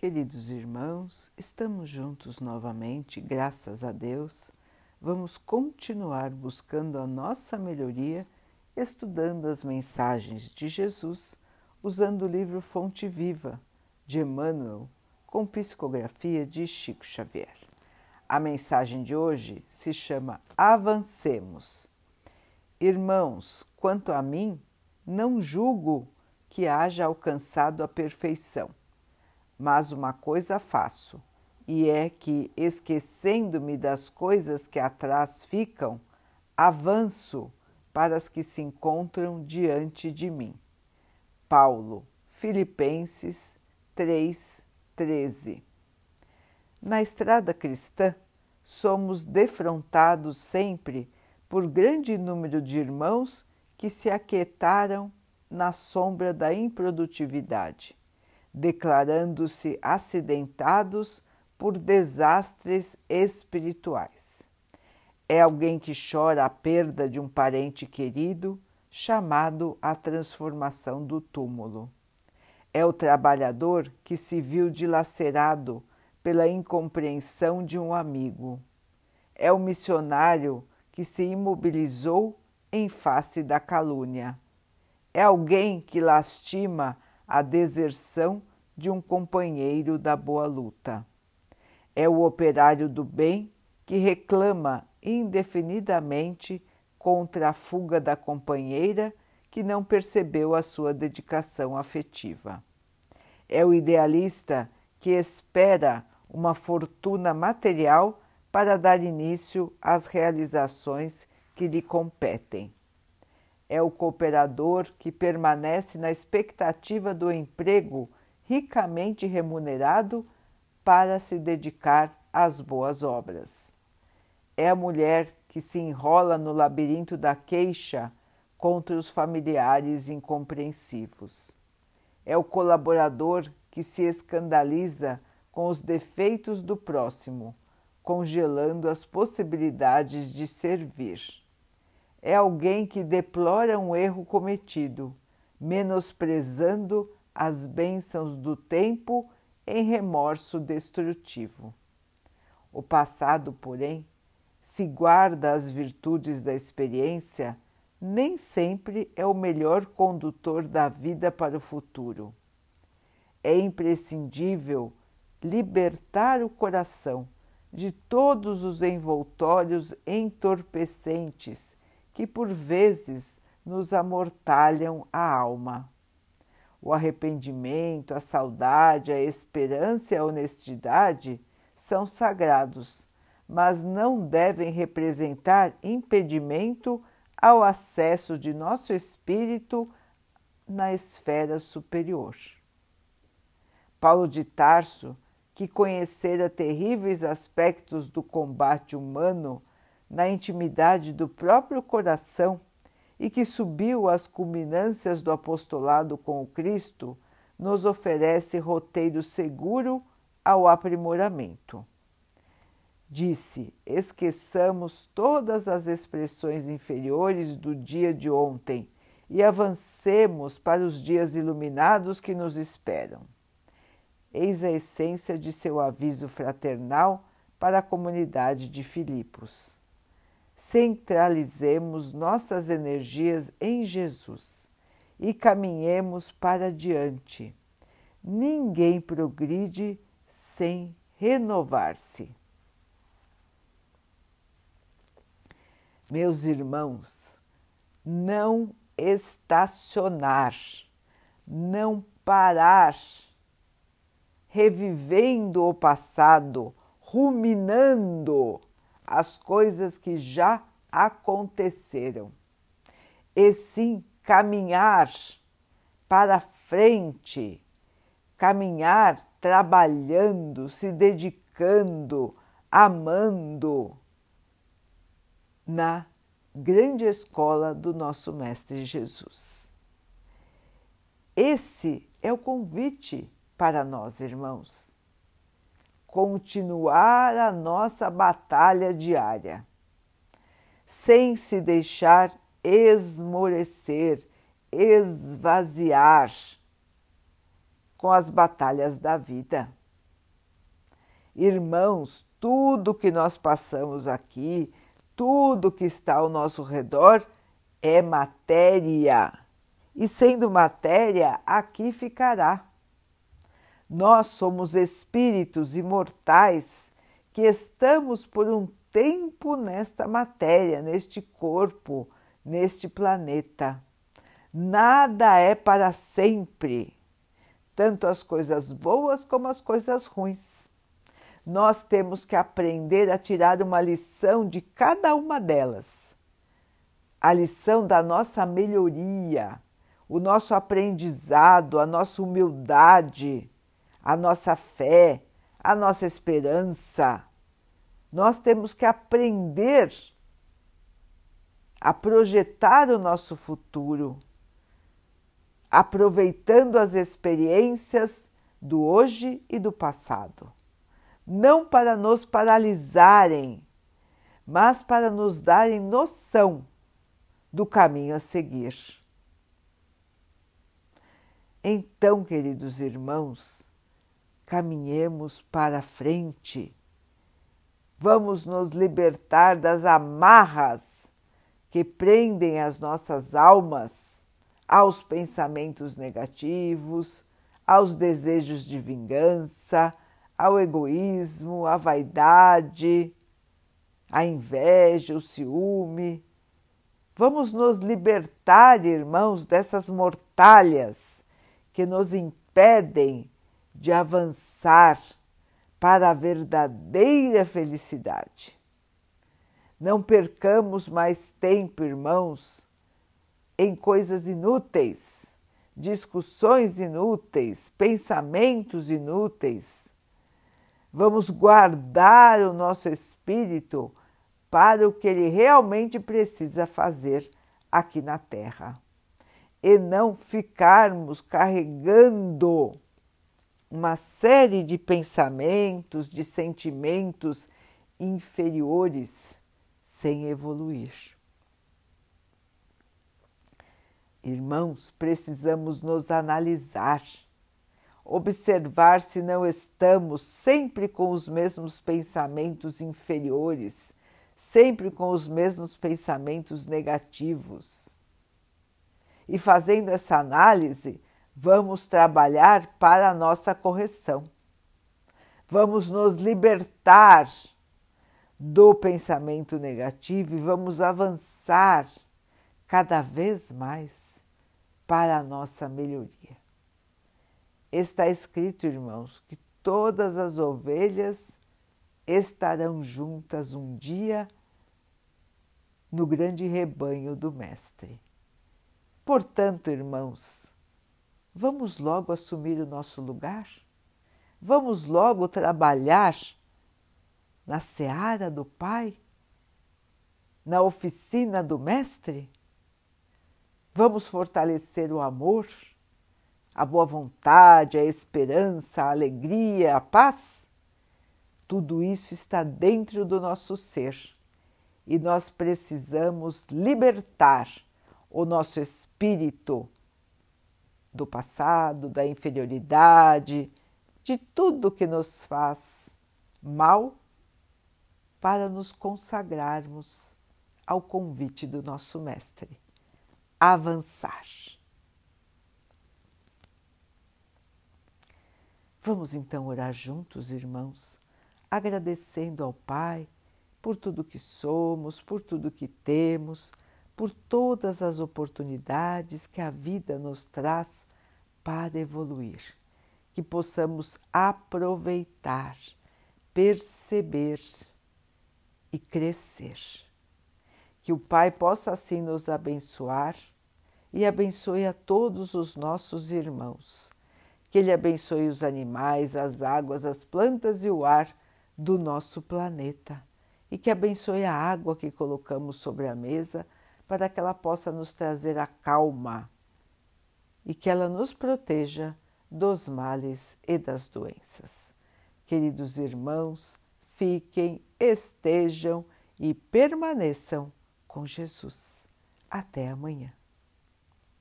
Queridos irmãos, estamos juntos novamente, graças a Deus. Vamos continuar buscando a nossa melhoria, estudando as mensagens de Jesus, usando o livro Fonte Viva, de Emmanuel, com psicografia de Chico Xavier. A mensagem de hoje se chama Avancemos. Irmãos, quanto a mim, não julgo que haja alcançado a perfeição. Mas uma coisa faço, e é que, esquecendo-me das coisas que atrás ficam, avanço para as que se encontram diante de mim. Paulo, Filipenses 3:13. Na estrada cristã, somos defrontados sempre por grande número de irmãos que se aquietaram na sombra da improdutividade, declarando-se acidentados por desastres espirituais. É alguém que chora a perda de um parente querido, chamado à transformação do túmulo. É o trabalhador que se viu dilacerado pela incompreensão de um amigo. É o missionário que se imobilizou em face da calúnia. É alguém que lastima a deserção de um companheiro da boa luta. É o operário do bem que reclama indefinidamente contra a fuga da companheira que não percebeu a sua dedicação afetiva. É o idealista que espera uma fortuna material para dar início às realizações que lhe competem. É o cooperador que permanece na expectativa do emprego ricamente remunerado para se dedicar às boas obras. É a mulher que se enrola no labirinto da queixa contra os familiares incompreensivos. É o colaborador que se escandaliza com os defeitos do próximo, congelando as possibilidades de servir. É alguém que deplora um erro cometido, menosprezando as bênçãos do tempo em remorso destrutivo. O passado, porém, se guarda as virtudes da experiência, nem sempre é o melhor condutor da vida para o futuro. É imprescindível libertar o coração de todos os envoltórios entorpecentes que por vezes nos amortalham a alma. O arrependimento, a saudade, a esperança e a honestidade são sagrados, mas não devem representar impedimento ao acesso de nosso espírito na esfera superior. Paulo de Tarso, que conhecera terríveis aspectos do combate humano na intimidade do próprio coração e que subiu às culminâncias do apostolado com o Cristo, nos oferece roteiro seguro ao aprimoramento. Disse: esqueçamos todas as expressões inferiores do dia de ontem e avancemos para os dias iluminados que nos esperam. Eis a essência de seu aviso fraternal para a comunidade de Filipos. Centralizemos nossas energias em Jesus e caminhemos para diante. Ninguém progride sem renovar-se. Meus irmãos, não estacionar, não parar, revivendo o passado, ruminando as coisas que já aconteceram, e sim caminhar para frente, caminhar trabalhando, se dedicando, amando na grande escola do nosso Mestre Jesus. Esse é o convite para nós, irmãos. Continuar a nossa batalha diária, sem se deixar esmorecer, esvaziar com as batalhas da vida. Irmãos, tudo que nós passamos aqui, tudo que está ao nosso redor é matéria. E sendo matéria, aqui ficará. Nós somos espíritos imortais que estamos por um tempo nesta matéria, neste corpo, neste planeta. Nada é para sempre, tanto as coisas boas como as coisas ruins. Nós temos que aprender a tirar uma lição de cada uma delas. A lição da nossa melhoria, o nosso aprendizado, a nossa humildade, a nossa fé, a nossa esperança. Nós temos que aprender a projetar o nosso futuro, aproveitando as experiências do hoje e do passado. Não para nos paralisarem, mas para nos darem noção do caminho a seguir. Então, queridos irmãos, caminhemos para a frente. Vamos nos libertar das amarras que prendem as nossas almas aos pensamentos negativos, aos desejos de vingança, ao egoísmo, à vaidade, à inveja, o ciúme. Vamos nos libertar, irmãos, dessas mortalhas que nos impedem de avançar para a verdadeira felicidade. Não percamos mais tempo, irmãos, em coisas inúteis, discussões inúteis, pensamentos inúteis. Vamos guardar o nosso espírito para o que ele realmente precisa fazer aqui na Terra. E não ficarmos carregando uma série de pensamentos, de sentimentos inferiores sem evoluir. Irmãos, precisamos nos analisar, observar se não estamos sempre com os mesmos pensamentos inferiores, sempre com os mesmos pensamentos negativos. E fazendo essa análise, vamos trabalhar para a nossa correção. Vamos nos libertar do pensamento negativo e vamos avançar cada vez mais para a nossa melhoria. Está escrito, irmãos, que todas as ovelhas estarão juntas um dia no grande rebanho do Mestre. Portanto, irmãos, vamos logo assumir o nosso lugar? Vamos logo trabalhar na seara do Pai? Na oficina do Mestre? Vamos fortalecer o amor, a boa vontade, a esperança, a alegria, a paz? Tudo isso está dentro do nosso ser e nós precisamos libertar o nosso espírito do passado, da inferioridade, de tudo que nos faz mal, para nos consagrarmos ao convite do nosso Mestre, avançar. Vamos então orar juntos, irmãos, agradecendo ao Pai por tudo que somos, por tudo que temos, por todas as oportunidades que a vida nos traz para evoluir, que possamos aproveitar, perceber e crescer. Que o Pai possa assim nos abençoar e abençoe a todos os nossos irmãos. Que Ele abençoe os animais, as águas, as plantas e o ar do nosso planeta. E que abençoe a água que colocamos sobre a mesa para que ela possa nos trazer a calma e que ela nos proteja dos males e das doenças. Queridos irmãos, fiquem, estejam e permaneçam com Jesus. Até amanhã.